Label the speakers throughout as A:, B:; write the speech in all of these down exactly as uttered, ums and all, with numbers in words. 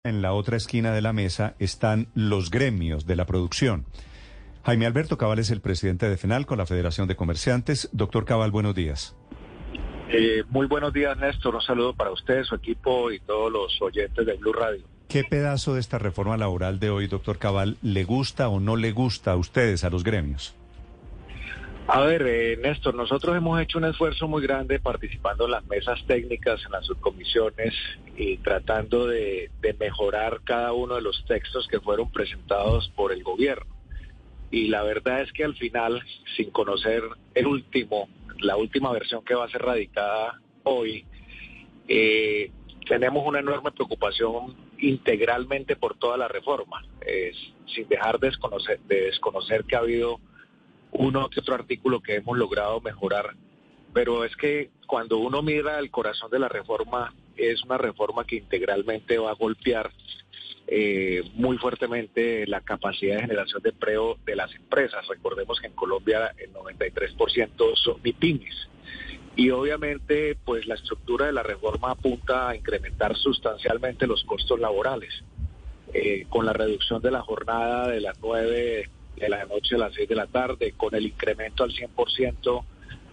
A: En la otra esquina de la mesa están los gremios de la producción. Jaime Alberto Cabal es el presidente de FENALCO, la Federación de Comerciantes. Doctor Cabal, buenos días.
B: Eh, muy buenos días, Néstor. Un saludo para usted, su equipo y todos los oyentes de Blue Radio.
A: ¿Qué pedazo de esta reforma laboral de hoy, doctor Cabal, le gusta o no le gusta a ustedes, a los gremios?
B: A ver, eh, Néstor, nosotros hemos hecho un esfuerzo muy grande participando en las mesas técnicas, en las subcomisiones y tratando de, de mejorar cada uno de los textos que fueron presentados por el gobierno. Y la verdad es que al final, sin conocer el último, la última versión que va a ser radicada hoy, eh, tenemos una enorme preocupación integralmente por toda la reforma, eh, sin dejar de desconocer, de desconocer que ha habido uno que otro artículo que hemos logrado mejorar, pero es que cuando uno mira el corazón de la reforma, es una reforma que integralmente va a golpear eh, muy fuertemente la capacidad de generación de empleo de las empresas. Recordemos que en Colombia el noventa y tres por ciento son MIPYMES, y obviamente pues la estructura de la reforma apunta a incrementar sustancialmente los costos laborales, eh, con la reducción de la jornada de las nueve de la noche a las seis de la tarde, con el incremento al cien por ciento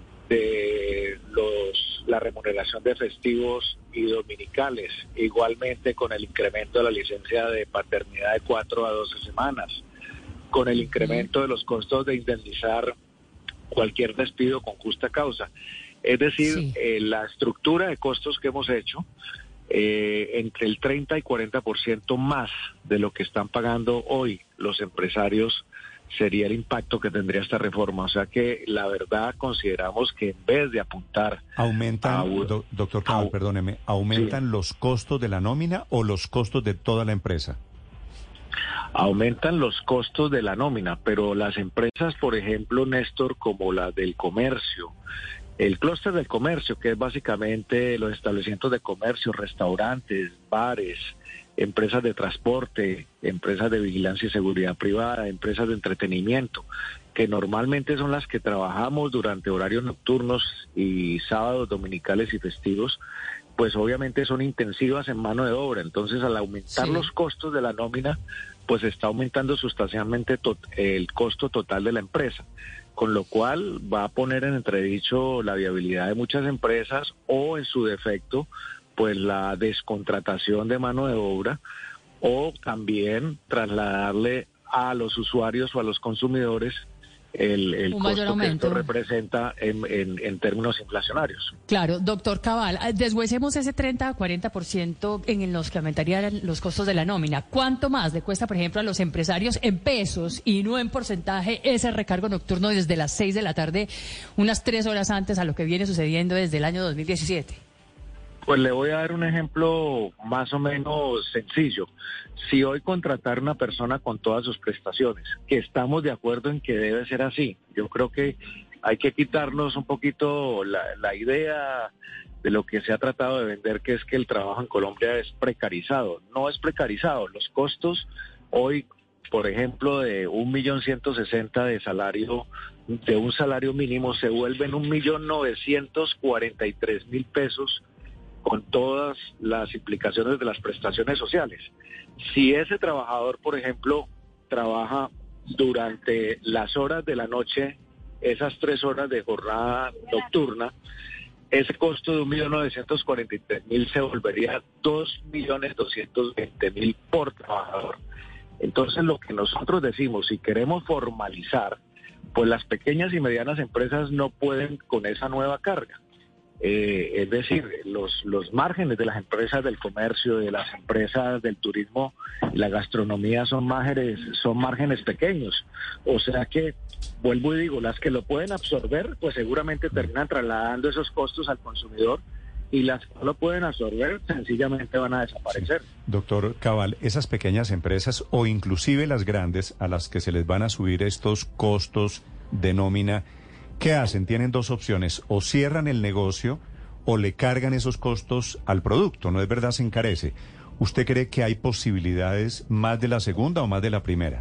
B: de los la remuneración de festivos y dominicales, igualmente con el incremento de la licencia de paternidad de cuatro a doce semanas, con el incremento de los costos de indemnizar cualquier despido con justa causa. Es decir, sí. eh, la estructura de costos que hemos hecho, eh, entre el treinta y cuarenta por ciento más de lo que están pagando hoy los empresarios, sería el impacto que tendría esta reforma. O sea que la verdad consideramos que en vez de apuntar...
A: ¿Aumentan, a, do, doctor Cabal, a, perdóneme, aumentan sí. los costos de la nómina o los costos de toda la empresa?
B: Aumentan los costos de la nómina, pero las empresas, por ejemplo, Néstor, como la del comercio, el clúster del comercio, que es básicamente los establecimientos de comercio, restaurantes, bares, empresas de transporte, empresas de vigilancia y seguridad privada, empresas de entretenimiento, que normalmente son las que trabajamos durante horarios nocturnos y sábados, dominicales y festivos, pues obviamente son intensivas en mano de obra. Entonces, al aumentar sí. los costos de la nómina, pues está aumentando sustancialmente tot- el costo total de la empresa, con lo cual va a poner en entredicho la viabilidad de muchas empresas o, en su defecto, pues la descontratación de mano de obra, o también trasladarle a los usuarios o a los consumidores el, el costo que esto representa en, en, en términos inflacionarios.
C: Claro, doctor Cabal, deshuesemos ese treinta a cuarenta por ciento en los que aumentarían los costos de la nómina. ¿Cuánto más le cuesta, por ejemplo, a los empresarios en pesos y no en porcentaje ese recargo nocturno desde las seis de la tarde, unas tres horas antes a lo que viene sucediendo desde el año dos mil diecisiete?
B: Pues le voy a dar un ejemplo más o menos sencillo. Si hoy contratar una persona con todas sus prestaciones, que estamos de acuerdo en que debe ser así, yo creo que hay que quitarnos un poquito la, la idea de lo que se ha tratado de vender, que es que el trabajo en Colombia es precarizado. No es precarizado. Los costos hoy, por ejemplo, de un millón ciento sesenta de salario, de un salario mínimo, se vuelven un millón novecientos cuarenta y tres mil pesos, con todas las implicaciones de las prestaciones sociales. Si ese trabajador, por ejemplo, trabaja durante las horas de la noche, esas tres horas de jornada nocturna, ese costo de un millón novecientos cuarenta y tres mil se volvería dos millones doscientos veinte mil por trabajador. Entonces, lo que nosotros decimos, si queremos formalizar, pues las pequeñas y medianas empresas no pueden con esa nueva carga. Eh, es decir, los, los márgenes de las empresas del comercio, de las empresas del turismo y la gastronomía son márgenes, son márgenes pequeños. O sea que, vuelvo y digo, las que lo pueden absorber, pues seguramente terminan trasladando esos costos al consumidor, y las que no lo pueden absorber sencillamente van a desaparecer.
A: Sí. Doctor Cabal, esas pequeñas empresas o inclusive las grandes a las que se les van a subir estos costos de nómina, ¿qué hacen? Tienen dos opciones: o cierran el negocio o le cargan esos costos al producto. ¿No es verdad? Se encarece. ¿Usted cree que hay posibilidades más de la segunda o más de la primera?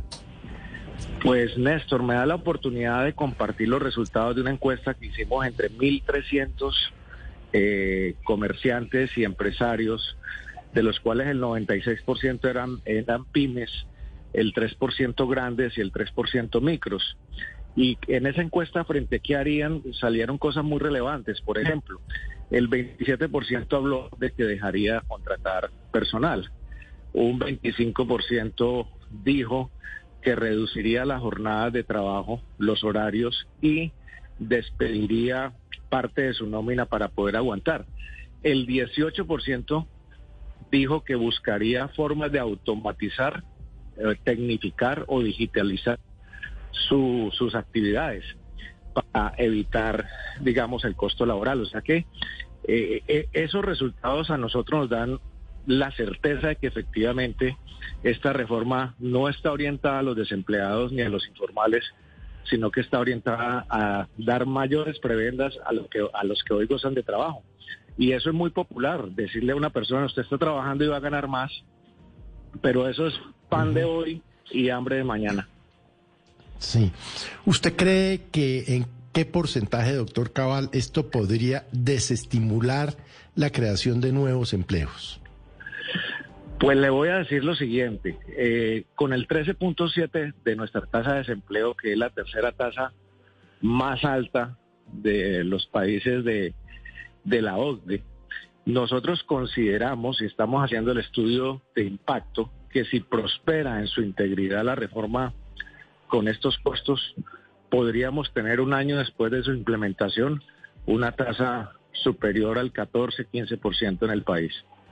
B: Pues, Néstor, me da la oportunidad de compartir los resultados de una encuesta que hicimos entre mil trescientos eh, comerciantes y empresarios de los cuales el noventa y seis por ciento eran, eran pymes, el tres por ciento grandes y el tres por ciento micros. Y en esa encuesta frente a qué harían salieron cosas muy relevantes. Por ejemplo, el veintisiete por ciento habló de que dejaría contratar personal. Un veinticinco por ciento dijo que reduciría las jornadas de trabajo, los horarios y despediría parte de su nómina para poder aguantar. El dieciocho por ciento dijo que buscaría formas de automatizar, eh, tecnificar o digitalizar Su, sus actividades para evitar, digamos, el costo laboral. O sea que eh, eh, esos resultados a nosotros nos dan la certeza de que efectivamente esta reforma no está orientada a los desempleados ni a los informales, sino que está orientada a dar mayores prebendas a, lo que, a los que hoy gozan de trabajo. Y eso es muy popular, decirle a una persona, usted está trabajando y va a ganar más, pero eso es pan de hoy y hambre de mañana.
D: Sí. ¿Usted cree que en qué porcentaje, doctor Cabal, esto podría desestimular la creación de nuevos empleos?
B: Pues le voy a decir lo siguiente, eh, con el trece punto siete de nuestra tasa de desempleo, que es la tercera tasa más alta de los países de, de la O C D E, nosotros consideramos y estamos haciendo el estudio de impacto que si prospera en su integridad la reforma con estos costos, podríamos tener un año después de su implementación una tasa superior al catorce, quince por ciento en el país.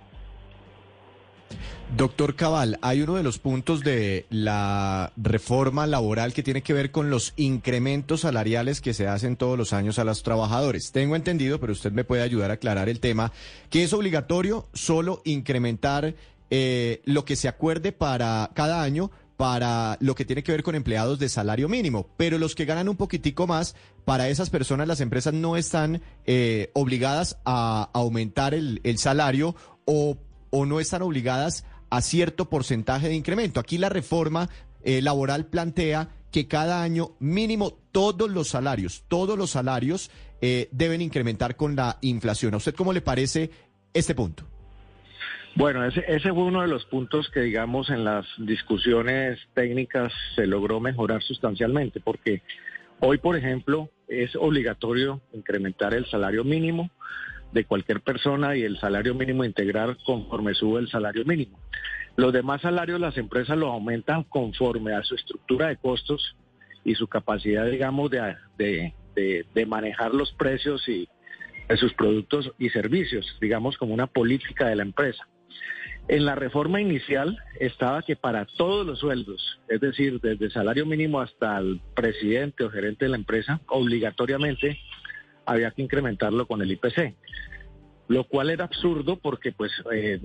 E: Doctor Cabal, hay uno de los puntos de la reforma laboral que tiene que ver con los incrementos salariales que se hacen todos los años a los trabajadores. Tengo entendido, pero usted me puede ayudar a aclarar el tema, que es obligatorio solo incrementar eh, lo que se acuerde para cada año para lo que tiene que ver con empleados de salario mínimo, pero los que ganan un poquitico más, para esas personas las empresas no están eh, obligadas a aumentar el, el salario o, o no están obligadas a cierto porcentaje de incremento. Aquí la reforma eh, laboral plantea que cada año mínimo todos los salarios, todos los salarios eh, deben incrementar con la inflación. ¿A usted cómo le parece este punto?
B: Bueno, ese, ese fue uno de los puntos que, digamos, en las discusiones técnicas se logró mejorar sustancialmente, porque hoy, por ejemplo, es obligatorio incrementar el salario mínimo de cualquier persona y el salario mínimo integral conforme sube el salario mínimo. Los demás salarios las empresas los aumentan conforme a su estructura de costos y su capacidad, digamos, de, de, de, de manejar los precios y de sus productos y servicios, digamos, como una política de la empresa. En la reforma inicial estaba que para todos los sueldos, es decir, desde el salario mínimo hasta el presidente o gerente de la empresa, obligatoriamente había que incrementarlo con el I P C, lo cual era absurdo porque pues eh,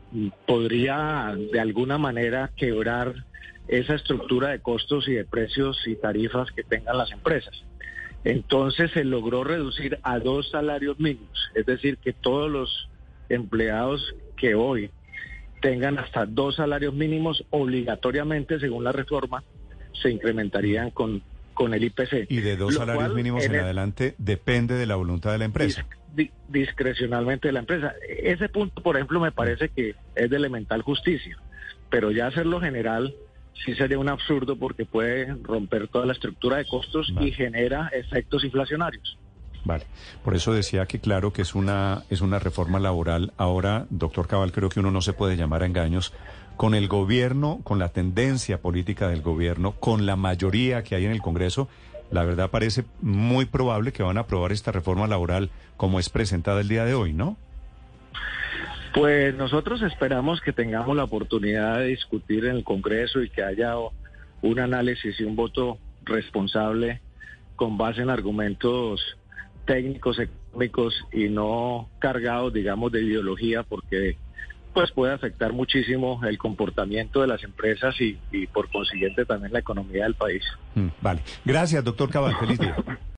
B: podría de alguna manera quebrar esa estructura de costos y de precios y tarifas que tengan las empresas. Entonces se logró reducir a dos salarios mínimos, es decir, que todos los empleados que hoy tengan hasta dos salarios mínimos obligatoriamente, según la reforma, se incrementarían con, con el I P C.
A: Y de dos salarios cual, mínimos en, en adelante depende de la voluntad de la empresa.
B: Dis, discrecionalmente de la empresa. Ese punto, por ejemplo, me parece que es de elemental justicia, pero ya hacerlo general sí sería un absurdo porque puede romper toda la estructura de costos vale. y genera efectos inflacionarios.
A: Vale, por eso decía que claro que es una es una reforma laboral. Ahora, doctor Cabal, creo que uno no se puede llamar a engaños. Con el gobierno, con la tendencia política del gobierno, con la mayoría que hay en el Congreso, la verdad parece muy probable que van a aprobar esta reforma laboral como es presentada el día de hoy, ¿no?
B: Pues nosotros esperamos que tengamos la oportunidad de discutir en el Congreso y que haya un análisis y un voto responsable con base en argumentos técnicos, económicos y no cargados, digamos, de ideología, porque pues puede afectar muchísimo el comportamiento de las empresas y, y por consiguiente también la economía del país.
A: Mm, vale. Gracias, doctor Cabal. Feliz día.